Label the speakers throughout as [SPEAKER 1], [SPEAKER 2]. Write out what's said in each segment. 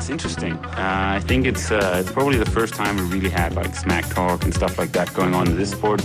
[SPEAKER 1] It's interesting. I think it's probably the first time we really had like smack talk and stuff like that going on in this sport.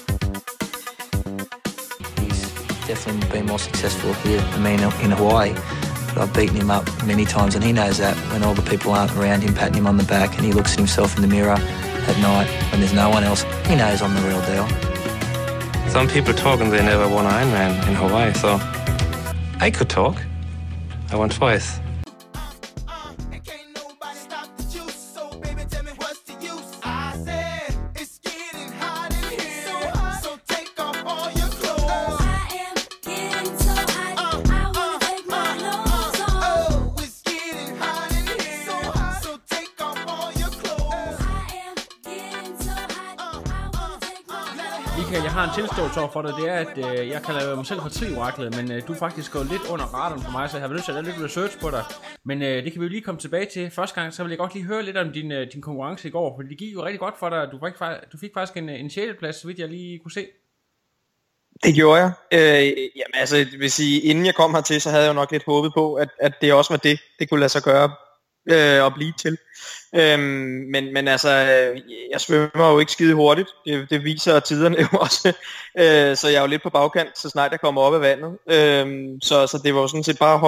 [SPEAKER 2] He's definitely been more successful here than me in Hawaii. But I've beaten him up many times, and he knows that when all the people aren't around him patting him on the back and he looks at himself in the mirror at night when there's no one else, he knows I'm the real deal.
[SPEAKER 3] Some people talk and they never won Ironman in Hawaii, so I could talk. I won twice.
[SPEAKER 4] Jeg har en tilståelse over for dig, det er, at jeg kan lave mig selv for tri-oraklet, men du er faktisk gået lidt under radaren for mig, så jeg har lyst til at lave lidt research på dig. Men det kan vi jo lige komme tilbage til. Første gang, så vil jeg godt lige høre lidt om din konkurrence i går, for det gik jo rigtig godt for dig. Du fik faktisk en 6. plads, så vidt jeg lige kunne se.
[SPEAKER 5] Det gjorde jeg. Jamen altså, det vil sige, inden jeg kom hertil, så havde jeg jo nok lidt håbet på, at det også var det kunne lade sig gøre at blive til. Men altså, jeg svømmer jo ikke skide hurtigt. Det viser tiderne jo også. Så jeg er jo lidt på bagkant, så snart jeg kommer op af vandet. Så det var jo sådan set bare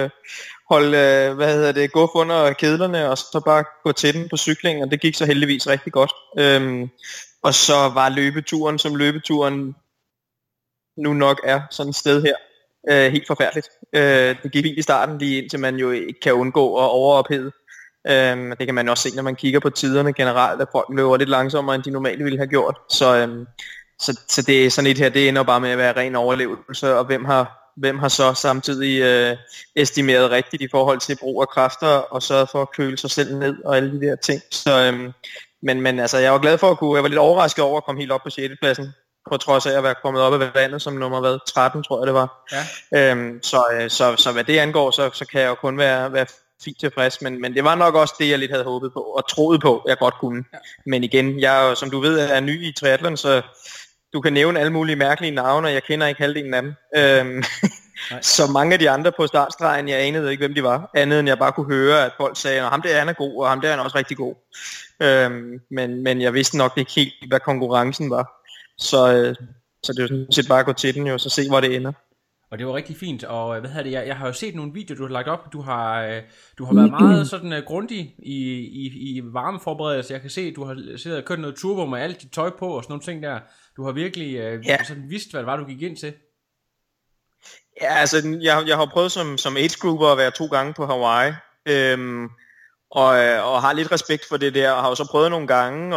[SPEAKER 5] holde guf under kedlerne, og så bare gå til den på cyklingen, og det gik så heldigvis rigtig godt. Og så var løbeturen, som løbeturen nu nok er sådan et sted her, helt forfærdeligt. Det gik fint i starten, lige indtil man jo ikke kan undgå at overophede. Det kan man også se, når man kigger på tiderne generelt, at folk løber lidt langsommere, end de normalt ville have gjort. Så det er sådan et her, det ender bare med at være ren overlevelse, og hvem har så samtidig estimeret rigtigt i forhold til brug af kræfter, og sørget for at køle sig selv ned, og alle de der ting. Men altså, jeg var glad for jeg var lidt overrasket over at komme helt op på 6. pladsen, på trods af at være kommet op af vandet som nummer 13, tror jeg det var. Ja. Så hvad det angår, så kan jeg jo kun være fint tilfreds, men det var nok også det, jeg lidt havde håbet på, og troet på, jeg godt kunne. Ja. Men igen, jeg jo, som du ved, er ny i triathlon, så du kan nævne alle mulige mærkelige navne, og jeg kender ikke halvdelen af dem. Så mange af de andre på startstregen, jeg anede ikke, hvem de var, andet end jeg bare kunne høre, at folk sagde, at ham der han er god, og ham der er han også rigtig god. Men jeg vidste nok ikke helt, hvad konkurrencen var. Så det er jo sådan set bare at gå til den, jo, så se, hvor det ender.
[SPEAKER 4] Og det var rigtig fint, og jeg har jo set nogle videoer, du har lagt op. Du har været meget sådan grundig i varmeforberedelse. Jeg kan se, at du har siddet og kørt noget turbo med alt dit tøj på og sådan nogle ting der. Du har virkelig sådan vidst, hvad det var, du gik ind til.
[SPEAKER 5] Ja, altså, jeg har prøvet som age grouper at være 2 gange på Hawaii, og har lidt respekt for det der, og har jo så prøvet nogle gange,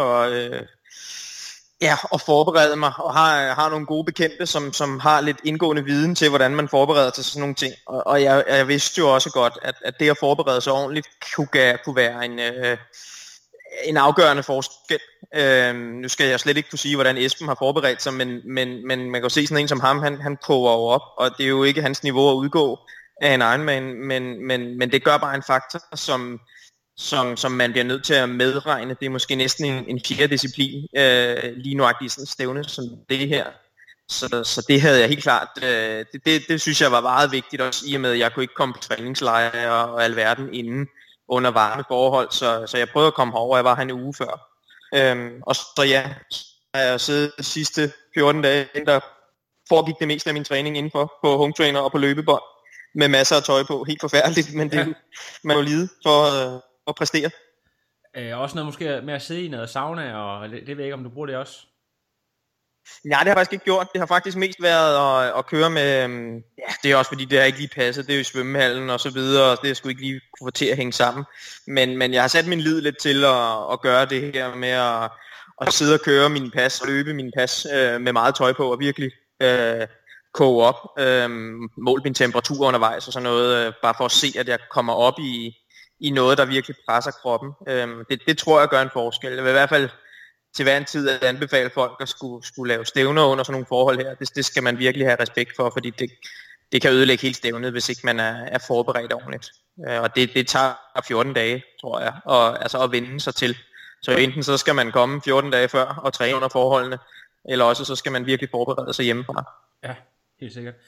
[SPEAKER 5] og forberede mig, og har nogle gode bekendte, som har lidt indgående viden til, hvordan man forbereder sig til sådan nogle ting. Og jeg vidste jo også godt, at det at forberede sig ordentligt kunne være en afgørende forskel. Nu skal jeg slet ikke kunne sige, hvordan Esben har forberedt sig, men man kan jo se sådan en som ham, han koger jo op, og det er jo ikke hans niveau at udgå af en Ironman, men det gør bare en faktor, som man bliver nødt til at medregne. Det er måske næsten en 4. disciplin, lige nuagtigt sådan stævne som det her. Så det havde jeg helt klart, det synes jeg var meget vigtigt også, i og med at jeg kunne ikke komme på træningslejre og alverden inden under varme forhold, så jeg prøvede at komme herover, jeg var her en uge før. Og så har jeg siddet de sidste 14 dage, der foregik det meste af min træning indenfor på home trainer og på løbebånd, med masser af tøj på, helt forfærdeligt, men det man må lide for at præstere.
[SPEAKER 4] Også noget måske med at sidde i noget sauna, og det ved jeg ikke, om du bruger det også?
[SPEAKER 5] Nej, det har jeg faktisk ikke gjort. Det har faktisk mest været at køre med, det er også fordi, det har ikke lige passet, det er jo i svømmehallen og så videre, og det har sgu ikke lige kunne få til at hænge sammen. Men jeg har sat min lid lidt til at gøre det her med at sidde og køre min pas, og løbe min pas med meget tøj på, og virkelig koge op, måle min temperatur undervejs og sådan noget, bare for at se, at jeg kommer op i noget, der virkelig presser kroppen. Det tror jeg gør en forskel. Jeg vil i hvert fald til hver en tid at anbefale folk at skulle lave stævner under sådan nogle forhold her. Det skal man virkelig have respekt for, fordi det kan ødelægge helt stævnet, hvis ikke man er forberedt ordentligt. Og det tager 14 dage, tror jeg, altså at vende sig til. Så enten så skal man komme 14 dage før og træne under forholdene, eller også så skal man virkelig forberede sig hjemmefra.
[SPEAKER 4] Ja, helt sikkert.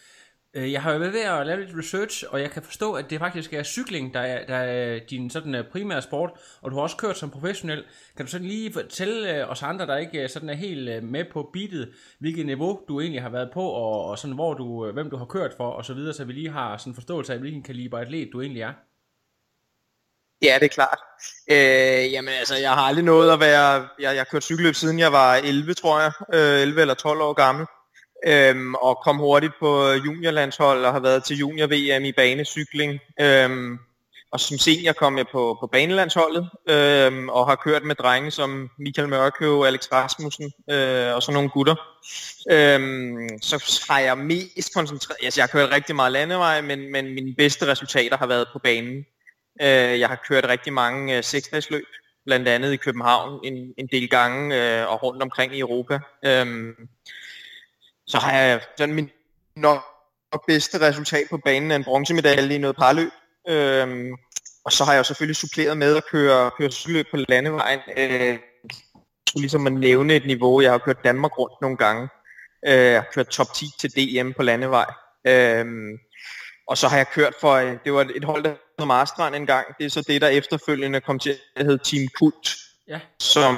[SPEAKER 4] Jeg har jo været ved at lave lidt research, og jeg kan forstå, at det faktisk er cykling, der er din sådan primære sport, og du har også kørt som professionel. Kan du sådan lige fortælle os andre, der ikke sådan er helt med på beatet, hvilket niveau du egentlig har været på, og sådan hvem du har kørt for, og så videre, så vi lige har sådan en forståelse af, hvilken kaliber atlet du egentlig er?
[SPEAKER 5] Ja, det er klart. Jamen altså, jeg har aldrig nået at være... Jeg har kørt cykelløb siden jeg var 11, tror jeg. 11 eller 12 år gammel. Og kom hurtigt på juniorlandshold og har været til junior-VM i banecykling. Og som senior kom jeg på banelandsholdet og har kørt med drenge som Michael Mørkøv, Alex Rasmussen og sådan nogle gutter. Så har jeg mest koncentreret... Altså, jeg har kørt rigtig meget landevej, men mine bedste resultater har været på banen. Jeg har kørt rigtig mange seksdagsløb, blandt andet i København en del gange og rundt omkring i Europa. Så har jeg sådan min nok bedste resultat på banen af en bronzemedalje i noget parløb. Og så har jeg jo selvfølgelig suppleret med at køre cykelløb på landevejen. Ligesom at nævne et niveau. Jeg har kørt Danmark rundt nogle gange. Jeg har kørt top 10 til DM på landevej. Og så har jeg kørt for, det var et hold, der hedder Marstrand engang. Det er så det, der efterfølgende kom til at hedde Team Kult. Ja. Som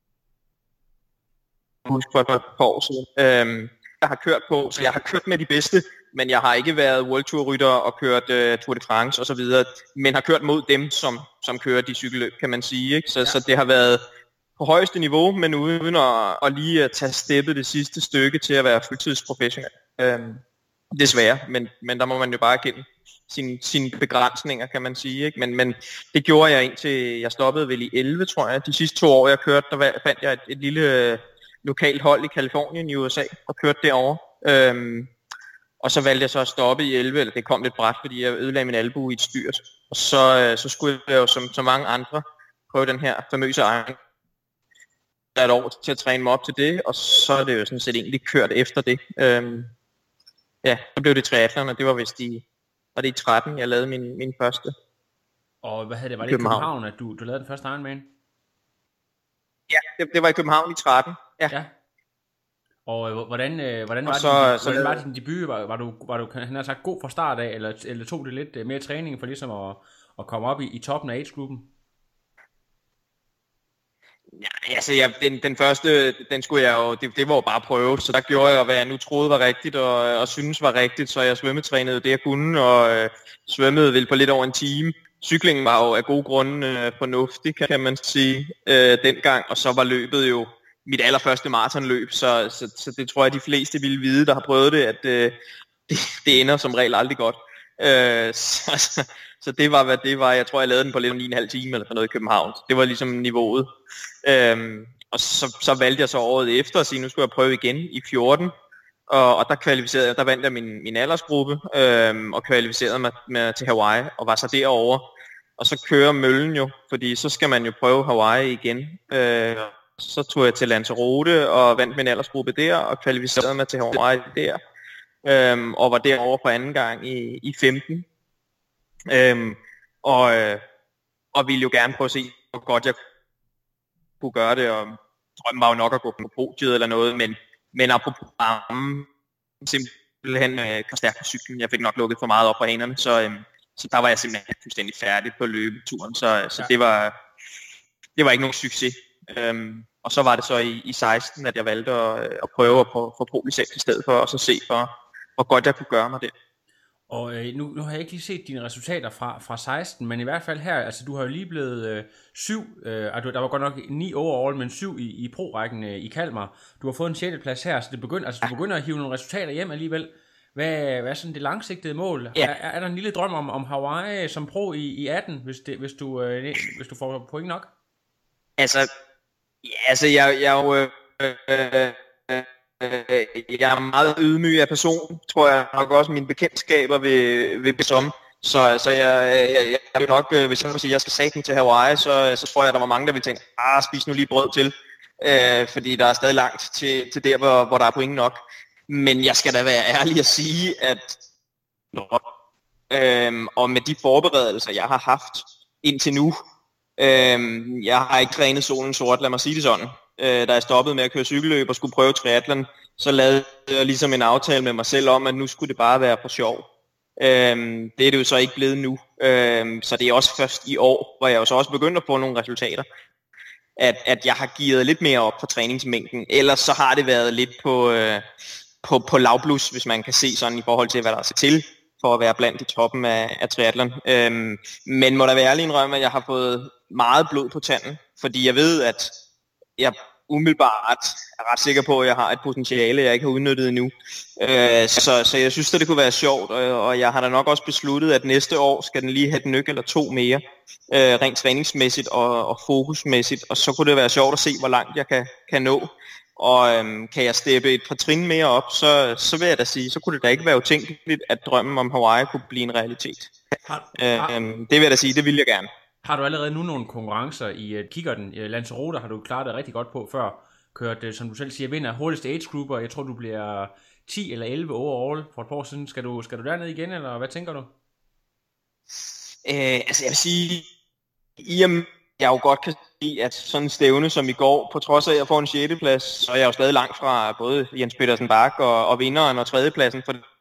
[SPEAKER 5] husk for et par år siden. Jeg har kørt på, så jeg har kørt med de bedste, men jeg har ikke været World Tour rytter og kørt Tour de France og så videre, men har kørt mod dem, som kører de cykelløb, kan man sige, ikke? Så det har været på højeste niveau, men uden at lige tage steppet det sidste stykke til at være fuldtidsprofessionel. Desværre, men der må man jo bare erkende sine begrænsninger, kan man sige, ikke? Men det gjorde jeg indtil jeg stoppede vel i 11, tror jeg. De sidste 2 år jeg kørte, der fandt jeg et lille lokalt hold i Californien i USA og kørte derovre. Og så valgte jeg så at stoppe i 11, eller det kom lidt brat, fordi jeg ødelagde min albue i et styrt. Og så skulle jeg jo som så mange andre prøve den her famøse egen et år til at træne mig op til det, og så er det jo sådan set egentlig kørt efter det. Ja, så blev det triathlon, og det var vist var det i 13, jeg lavede min første.
[SPEAKER 4] Og hvad havde det? Var det i København, at du lavede den første Ironman?
[SPEAKER 5] Ja, det var i København i 13. Ja.
[SPEAKER 4] Og hvordan var din debut? Var du han har sagt god fra start af, eller tog det lidt mere træning for ligesom at komme op i toppen af age-gruppen?
[SPEAKER 5] Ja, altså den første, den skulle jeg jo, det var jo bare prøve, så der gjorde jeg, hvad jeg nu troede var rigtigt, og synes var rigtigt, så jeg svømmetrænede det jeg kunne, og svømmede vel på lidt over en time. Cyklingen var jo af gode grunde fornuftig, kan man sige, dengang, og så var løbet jo mit allerførste maratonløb, så det tror jeg, de fleste ville vide, der har prøvet det, at det ender som regel aldrig godt. Så det var, hvad det var. Jeg tror, jeg lavede den på lidt om 9,5 timer eller sådan noget i København. Det var ligesom niveauet. Og så valgte jeg så året efter at sige, nu skulle jeg prøve igen i 14. Og der vandt jeg min aldersgruppe og kvalificerede mig til Hawaii og var så derovre. Og så kører møllen jo, fordi så skal man jo prøve Hawaii igen. Så tog jeg til Lanzarote og vandt min aldersgruppe der og kvalificerede mig til Hawaii der. Og var derovre på anden gang i 15. Og ville jo gerne prøve at se, hvor godt jeg kunne gøre det, og drømmen var jo nok at gå på podiet eller noget, men apropos armen, simpelthen stærkt på cyklen, jeg fik nok lukket for meget op på hanerne, så der var jeg simpelthen fuldstændig færdig på løbeturen, så det var ikke nogen succes. Og så var det så i 16, at jeg valgte at prøve at få pro-licens i stedet for, og så se hvor godt jeg kunne gøre mig det.
[SPEAKER 4] Og nu har jeg ikke lige set dine resultater fra 16, men i hvert fald her, altså du har jo lige blevet 7, der var godt nok 9 overall, men 7 i pro-rækken i Kalmar. Du har fået en 6. plads her, så du begynder at hive nogle resultater hjem alligevel. Hvad er sådan det langsigtede mål? Ja. Er der en lille drøm om Hawaii som pro i 18, hvis du får point nok?
[SPEAKER 5] Altså jeg er meget ydmyg af person, tror jeg nok også mine bekendtskaber vil besomme. Så jeg vil nok, hvis jeg må sige, at jeg skal satme til Hawaii, så tror jeg, at der var mange, der vil tænke, spis nu lige brød til. Fordi der er stadig langt til der, hvor der er point nok. Men jeg skal da være ærlig at sige, at og med de forberedelser, jeg har haft indtil nu, jeg har ikke trænet solen sort, lad mig sige det sådan. da jeg stoppede med at køre cykelløb og skulle prøve triathlon, så lavede jeg ligesom en aftale med mig selv om, at nu skulle det bare være for sjov. Det er det jo så ikke blevet nu. Så det er også først i år, hvor jeg jo så også begyndt at få nogle resultater, at jeg har gearet lidt mere op for træningsmængden. Ellers så har det været lidt på lavblus, hvis man kan se sådan i forhold til, hvad der er til for at være blandt i toppen af triathlon. Men må der være ærlig indrømme, at jeg har fået meget blod på tanden, fordi jeg ved, at jeg umiddelbart er ret sikker på, at jeg har et potentiale, jeg ikke har udnyttet endnu. Så jeg synes, at det kunne være sjovt, og jeg har da nok også besluttet, at næste år skal den lige have et nyk eller 2 mere, rent træningsmæssigt og fokusmæssigt, og så kunne det være sjovt at se, hvor langt jeg kan nå. Og kan jeg steppe et par trin mere op, så vil jeg da sige, så kunne det da ikke være utænkeligt, at drømmen om Hawaii kunne blive en realitet. Det vil jeg da sige, det vil jeg gerne.
[SPEAKER 4] Har du allerede nu nogle konkurrencer i kikkerten? Lanzarote har du klaret dig rigtig godt på før. Kørt, som du selv siger, vinder hurtigste age grupper. Jeg tror, du bliver 10 eller 11 overall for et par år siden. Skal du derned igen, eller hvad tænker du?
[SPEAKER 5] Altså jeg vil sige, i og med, jeg jo godt kan se, at sådan en stævne som i går, på trods af at jeg får en 6. plads, så er jeg jo stadig langt fra både Jens Petersen Bach og vinderen og 3. pladsen.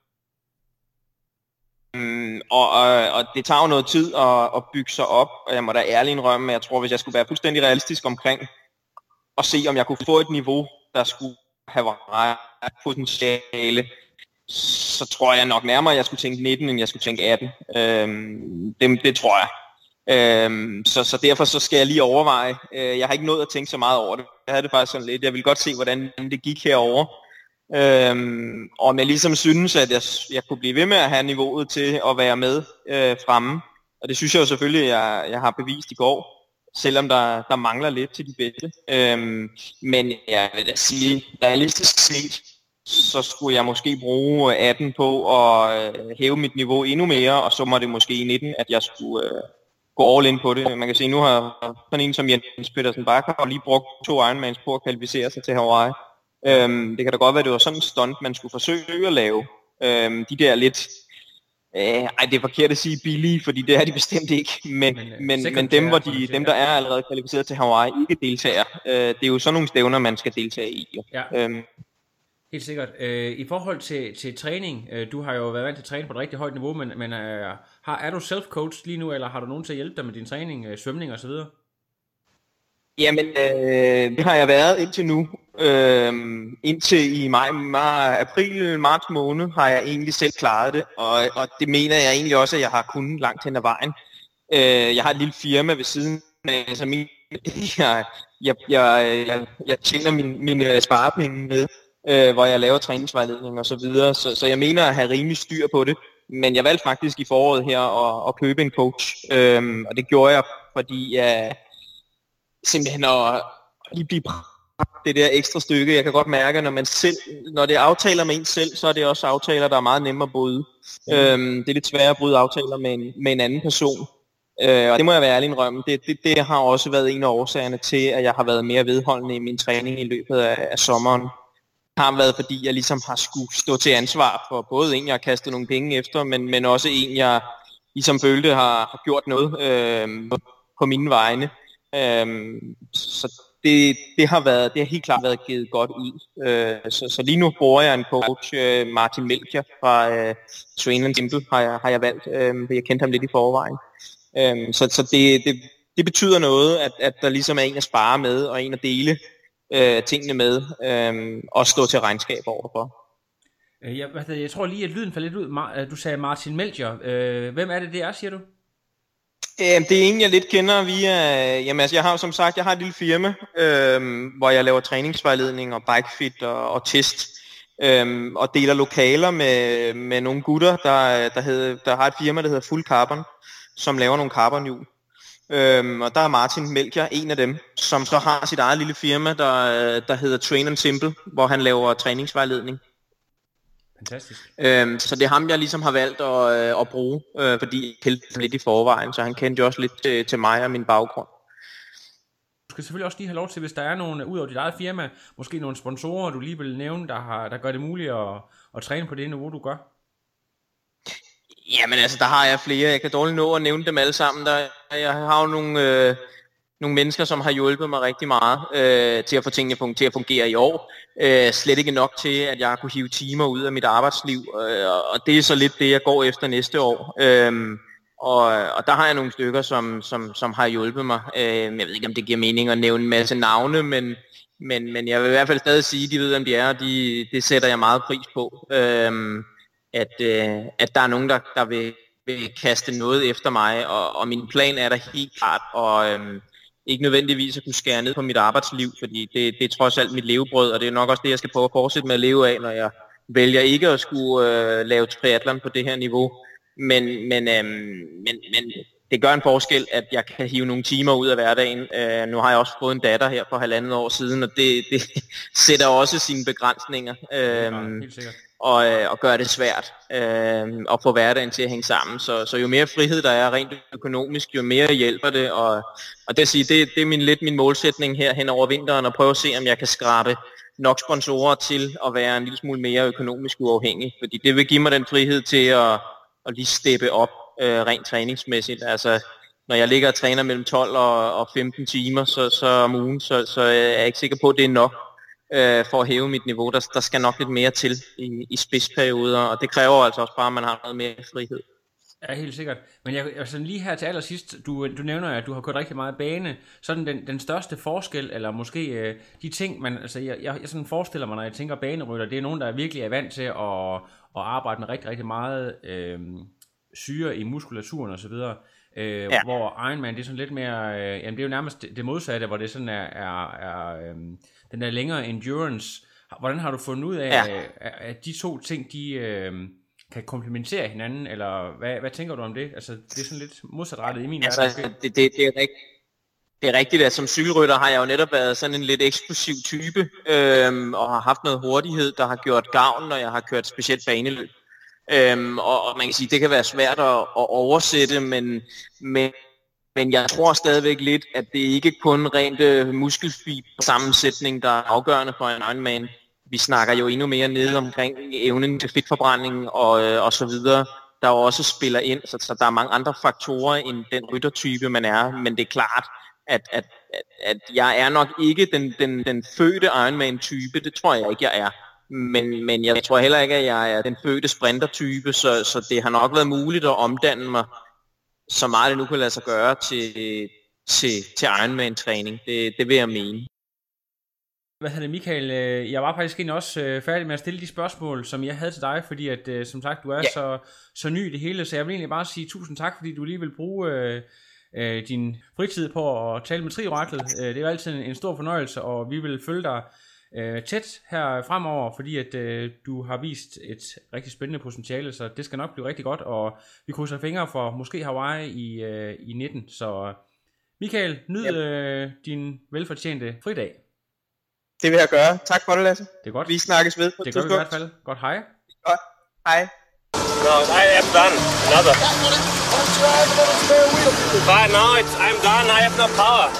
[SPEAKER 5] Og det tager jo noget tid at bygge sig op, og jeg må da ærligt indrømme, at jeg tror, hvis jeg skulle være fuldstændig realistisk omkring og se, om jeg kunne få et niveau, der skulle have ret potentiale, så tror jeg nok nærmere, at jeg skulle tænke 19, end jeg skulle tænke 18. Det tror jeg. Så derfor så skal jeg lige overveje. Jeg har ikke nået at tænke så meget over det. Jeg havde det faktisk sådan lidt. Jeg ville godt se, hvordan det gik herovre. Og om jeg ligesom synes, at jeg kunne blive ved med at have niveauet til at være med fremme. Og det synes jeg jo selvfølgelig, jeg har bevist i går, selvom der mangler lidt til de bedste. Men jeg vil da sige, realistisk set, så skulle jeg måske bruge 18 på at hæve mit niveau endnu mere, og så må det måske i 19, at jeg skulle gå all in på det. Man kan se, nu har sådan en som Jens Petersen Bach har lige brugt 2 Ironmans på at kvalificere sig til Hawaii. Det kan da godt være, at det var sådan en stunt, man skulle forsøge at lave. De der lidt, det er forkert at sige billige, fordi det er de bestemt ikke, men dem, dem der er allerede kvalificeret til Hawaii, ikke deltager. Det er jo sådan nogle stævner, man skal deltage i.
[SPEAKER 4] Ja. Helt sikkert. I forhold til træning, du har jo været vant til at træne på et rigtig højt niveau, men er du self-coach lige nu, eller har du nogen til at hjælpe dig med din træning, svømning osv.? Jamen,
[SPEAKER 5] det har jeg været indtil nu. Indtil i april, marts måned har jeg egentlig selv klaret det, og det mener jeg egentlig også, at jeg har kunnet langt hen ad vejen. Jeg har et lille firma ved siden af, så jeg tjener mine sparepenge med, hvor jeg laver træningsvejledning og så videre, så jeg mener at have rimelig styr på det. Men jeg valgte faktisk i foråret her at købe en coach, og det gjorde jeg, fordi jeg simpelthen at lige blive det der ekstra stykke. Jeg kan godt mærke, når det er aftaler med en selv, så er det også aftaler, der er meget nemmere at bryde. Det er lidt sværere at bryde aftaler med en anden person. Og det må jeg være ærlig indrømme. Det har også været en af årsagerne til, at jeg har været mere vedholdende i min træning i løbet af sommeren. Det har været, fordi jeg ligesom har skulle stå til ansvar for både en, jeg har kastet nogle penge efter, men også en, jeg ligesom følte har gjort noget på mine vegne. Så det har helt klart været givet godt ud. Så lige nu bruger jeg en coach, Martin Melchior fra Train & Simple, har jeg valgt. Jeg kendte ham lidt i forvejen. Så det betyder noget, at der ligesom er en at spare med, og en at dele tingene med, og stå til regnskab overfor.
[SPEAKER 4] Jeg tror lige, at lyden faldt lidt ud. Du sagde Martin Melchior. Hvem er det er, siger du?
[SPEAKER 5] Det er en, jeg lidt kender via... Jamen altså, jeg har som sagt, et lille firma, hvor jeg laver træningsvejledning og bikefit og test, og deler lokaler med nogle gutter, der har et firma, der hedder Full Carbon, som laver nogle carbonhjul. Og der er Martin Melchior en af dem, som så har sit eget lille firma, der hedder Train & Simple, hvor han laver træningsvejledning.
[SPEAKER 4] Fantastisk.
[SPEAKER 5] Så det er ham, jeg ligesom har valgt at bruge, fordi jeg kendte ham lidt i forvejen, så han kendte jo også lidt til mig og min baggrund.
[SPEAKER 4] Du skal selvfølgelig også lige have lov til, hvis der er nogen, ud over dit eget firma, måske nogle sponsorer, du lige vil nævne, der gør det muligt at træne på det niveau, du gør.
[SPEAKER 5] Jamen altså, der har jeg flere. Jeg kan dårligt nå at nævne dem alle sammen. Jeg har jo nogle mennesker, som har hjulpet mig rigtig meget til at få tingene til at fungere i år. Slet ikke nok til, at jeg kunne hive timer ud af mit arbejdsliv, og det er så lidt det, jeg går efter næste år. Og der har jeg nogle stykker, som har hjulpet mig. Jeg ved ikke, om det giver mening at nævne en masse navne, men jeg vil i hvert fald stadig sige, at de ved, hvem de er, og det sætter jeg meget pris på. At der er nogen, der vil kaste noget efter mig, og min plan er der helt klart, og ikke nødvendigvis at kunne skære ned på mit arbejdsliv, fordi det er trods alt mit levebrød, og det er nok også det, jeg skal prøve at fortsætte med at leve af, når jeg vælger ikke at skulle lave triathlon på det her niveau. Men det gør en forskel, at jeg kan hive nogle timer ud af hverdagen. Nu har jeg også fået en datter her for 1,5 år siden, og det sætter også sine begrænsninger.
[SPEAKER 4] Helt sikkert.
[SPEAKER 5] Og gør det svært at få hverdagen til at hænge sammen. Så jo mere frihed der er rent økonomisk, jo mere hjælper det. Og det at sige, det er lidt min målsætning her hen over vinteren, at prøve at se, om jeg kan skrabe nok sponsorer til at være en lille smule mere økonomisk uafhængig. Fordi det vil give mig den frihed til at lige steppe op rent træningsmæssigt. Altså, når jeg ligger og træner mellem 12 og 15 timer så om ugen, så er jeg ikke sikker på, at det er nok for at hæve mit niveau. Der skal nok lidt mere til i spidsperioder, og det kræver altså også bare, at man har noget mere frihed.
[SPEAKER 4] Ja, helt sikkert. Men jeg sådan lige her til allersidst, du nævner, at du har kørt rigtig meget bane. Sådan den største forskel, eller måske de ting, man, altså jeg sådan forestiller mig, når jeg tænker banerytter, det er nogen, der virkelig er vant til at arbejde med rigtig, rigtig meget syre i muskulaturen og så videre. Ja. Hvor Ironman, det er sådan lidt mere, jamen det er jo nærmest det modsatte, hvor det sådan er den der længere endurance. Hvordan har du fundet ud af, at de to ting, de kan komplementere hinanden, eller hvad tænker du om det? Altså, det er sådan lidt modsatrettet i min verden.
[SPEAKER 5] Det er rigtigt, at som cykelrytter har jeg jo netop været sådan en lidt eksplosiv type, og har haft noget hurtighed, der har gjort gavn, når jeg har kørt specielt baneløb. Og man kan sige, det kan være svært at oversætte, men jeg tror stadigvæk lidt, at det ikke kun rent muskelfibersammensætning, der er afgørende for en Ironman. Vi snakker jo endnu mere nede omkring evnen til fedtforbrænding og så videre, der jo også spiller ind, så der er mange andre faktorer end den ryttertype, man er, men det er klart, at jeg er nok ikke den fødte Ironman-type, det tror jeg ikke, jeg er. Men jeg tror heller ikke, at jeg er den fødte sprinter-type, så det har nok været muligt at omdanne mig så meget det nu kan lade sig gøre til Ironman-træning. Det vil jeg mene.
[SPEAKER 4] Hvad hedder det, Michael? Jeg var faktisk egentlig også færdig med at stille de spørgsmål, som jeg havde til dig, fordi at, som sagt, du er så ny i det hele, så jeg vil egentlig bare sige tusind tak, fordi du lige vil bruge din fritid på at tale med Tri-oraklet. Det er jo altid en stor fornøjelse, og vi vil følge dig tæt her fremover, fordi at du har vist et rigtig spændende potentiale, så det skal nok blive rigtig godt, og vi krydser fingre for måske Hawaii i 19. Så Michael, nyd din velfortjente fridag.
[SPEAKER 5] Det vil jeg gøre. Tak for det, Lasse.
[SPEAKER 4] Det er godt.
[SPEAKER 5] Vi snakkes ved på
[SPEAKER 4] det gør vi i hvert fald. Godt, hej.
[SPEAKER 5] Godt, hej.
[SPEAKER 6] No, I am done. Another. But now I'm done. I have no power.